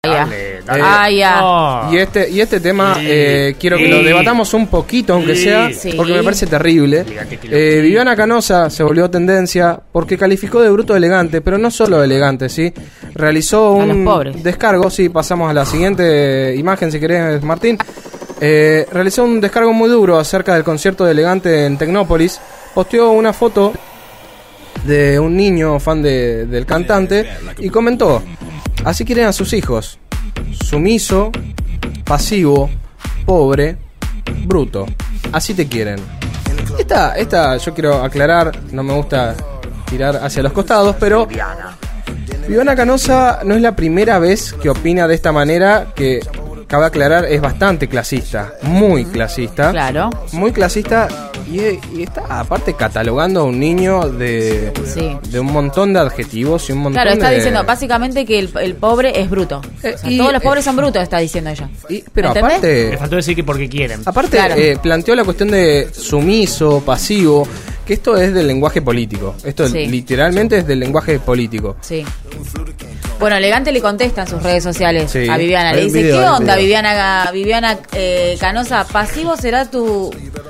Y este tema quiero que lo debatamos un poquito, aunque sea, porque me parece terrible. Viviana Canosa se volvió tendencia porque calificó de bruto elegante, pero no solo elegante, ¿sí? Realizó un descargo, sí, pasamos a la siguiente imagen si querés, Martín. Realizó un descargo muy duro acerca del concierto de Elegante en Tecnópolis. Posteó una foto de un niño fan del cantante y comentó: así quieren a sus hijos, sumiso, pasivo, pobre, bruto, así te quieren. Esta yo quiero aclarar, no me gusta tirar hacia los costados, pero Viviana Canosa no es la primera vez que opina de esta manera, que cabe aclarar es bastante clasista, muy clasista. Claro. Muy clasista y está aparte catalogando a un niño de un montón de adjetivos y un montón de... Claro, está diciendo básicamente que el pobre es bruto. O sea, todos los pobres son brutos, está diciendo ella. Pero aparte... Le faltó decir que porque quieren. Aparte, claro, planteó la cuestión de sumiso, pasivo, que esto es del lenguaje político. Esto literalmente es del lenguaje político. Sí. Bueno, Elegante le contesta en sus redes sociales a Viviana. Le dice: video, ¿qué onda, Viviana Canosa? ¿Pasivo será tu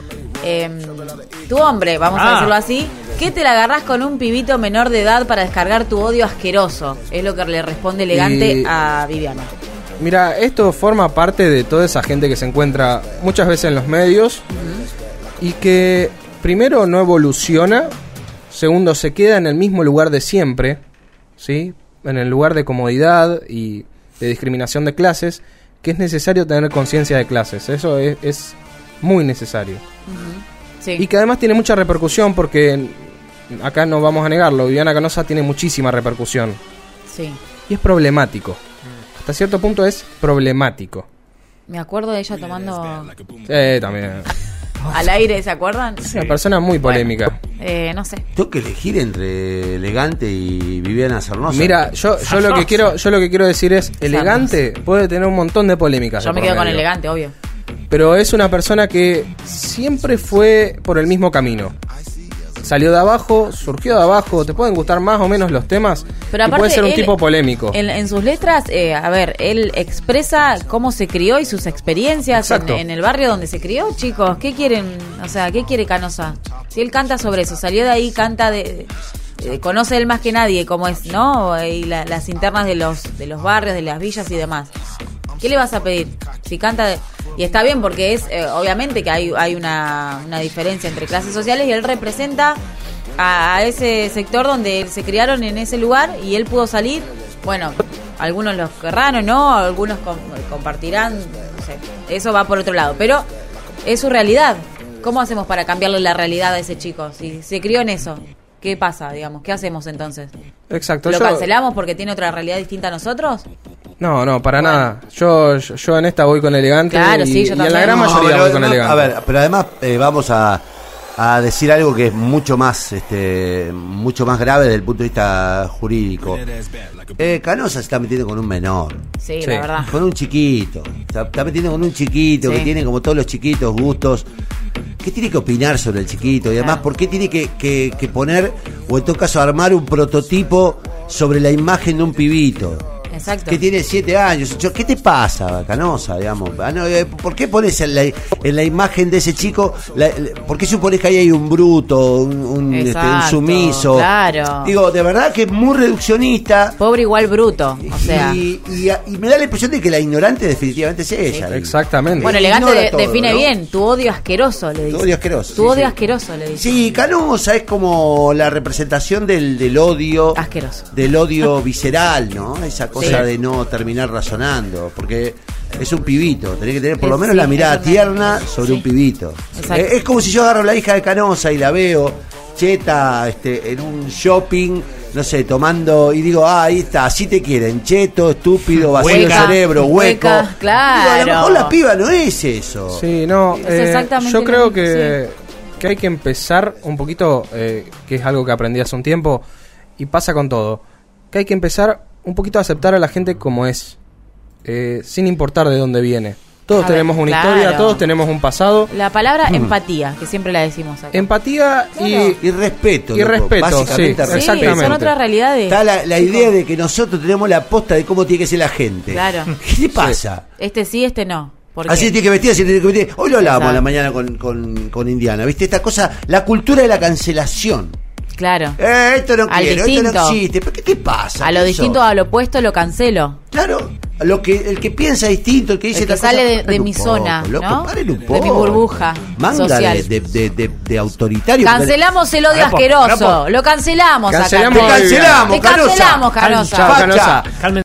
hombre, vamos a decirlo así? ¿Qué te la agarrás con un pibito menor de edad para descargar tu odio asqueroso? Es lo que le responde Elegante a Viviana. Mira, esto forma parte de toda esa gente que se encuentra muchas veces en los medios y que primero no evoluciona, segundo se queda en el mismo lugar de siempre, ¿sí? En el lugar de comodidad y de discriminación de clases, que es necesario tener conciencia de clases. Eso es muy necesario. Y que además tiene mucha repercusión, porque acá no vamos a negarlo, Viviana Canosa tiene muchísima repercusión. Sí. Y es problemático. Hasta cierto punto es problemático. Me acuerdo de ella tomando... también. Al aire, ¿se acuerdan? Es una persona muy polémica. No sé. Tengo que elegir entre Elegante y Viviana Sarnosa. Mira, yo lo que quiero decir es: Elegante puede tener un montón de polémicas. Yo me quedo con Elegante, obvio. Pero es una persona que siempre fue por el mismo camino. Salió de abajo, surgió de abajo. Te pueden gustar más o menos los temas, pero aparte, puede ser un tipo polémico. En sus letras, él expresa cómo se crió y sus experiencias en el barrio donde se crió. Chicos, ¿qué quieren? O sea, ¿qué quiere Canosa? Si él canta sobre eso, salió de ahí, canta conoce él más que nadie cómo es, ¿no? Y las internas de los barrios, de las villas y demás. ¿Qué le vas a pedir? Si canta... Y está bien, porque es obviamente que hay una diferencia entre clases sociales, y él representa a ese sector donde se criaron en ese lugar y él pudo salir. Bueno, algunos los querrán o no, algunos compartirán, no sé, eso va por otro lado, pero es su realidad. ¿Cómo hacemos para cambiarle la realidad a ese chico? Si se crió en eso, ¿qué pasa, digamos? ¿Qué hacemos entonces? Exacto. ¿Lo cancelamos porque tiene otra realidad distinta a nosotros? No, para nada. Yo en esta voy con Elegante. Claro, sí, yo también. Y en la gran mayoría voy con Elegante. A ver, pero además vamos a decir algo que es mucho más grave desde el punto de vista jurídico. Canosa se está metiendo con un menor. Sí, la verdad. Con un chiquito. Está metiendo con un chiquito que tiene, como todos los chiquitos, gustos. ¿Qué tiene que opinar sobre el chiquito? Y además, ¿por qué tiene que poner, o en todo caso armar un prototipo sobre la imagen de un pibito? Exacto. Que tiene 7 años. ¿Qué te pasa, Canosa, digamos? ¿Por qué pones en la imagen de ese chico? ¿Por qué supones que ahí hay un bruto, un sumiso? Claro. Digo, de verdad que es muy reduccionista. Pobre igual bruto, o sea. Y me da la impresión de que la ignorante definitivamente es ella. Sí. Exactamente. Bueno, Elegante define bien: tu odio asqueroso, le dice. Tu odio asqueroso. Tu odio asqueroso, le dice. Sí, Canosa es como la representación del odio. Asqueroso. Del odio visceral, ¿no? Esa cosa de no terminar razonando, porque es un pibito, tenés que tener por lo menos la mirada tierna sobre un pibito. Es como si yo agarro la hija de Canosa y la veo cheta en un shopping, no sé, tomando, y digo, ahí está, así te quieren, cheto, estúpido, vacío de cerebro, hueco. Claro. Digo, a lo mejor la piba no es eso. Sí, no, es exactamente yo creo que hay que empezar un poquito, que es algo que aprendí hace un tiempo, y pasa con todo, que hay que empezar un poquito a aceptar a la gente como es, sin importar de dónde viene. Todos tenemos una historia, todos tenemos un pasado. La palabra empatía, que siempre la decimos acá. Empatía y respeto. Y respeto, sí, exactamente. Son otras realidades. Está la idea de que nosotros tenemos la posta de cómo tiene que ser la gente. Claro. ¿Qué te pasa? Este sí, este no. Así tiene que vestir, así tiene que vestir. Hoy lo hablábamos a la mañana con Indiana, ¿viste? Esta cosa, la cultura de la cancelación. Claro. Esto no quiero, distinto. esto no existe. ¿Pero qué te pasa? A lo distinto, a lo opuesto, lo cancelo. Claro. El que piensa distinto, el que dice el que sale de mi zona, loco, ¿no? Paren un poco. De mi burbuja social. De autoritario. Cancelamos el odio asqueroso. Lo cancelamos acá. Te cancelamos, Canosa. Canosa.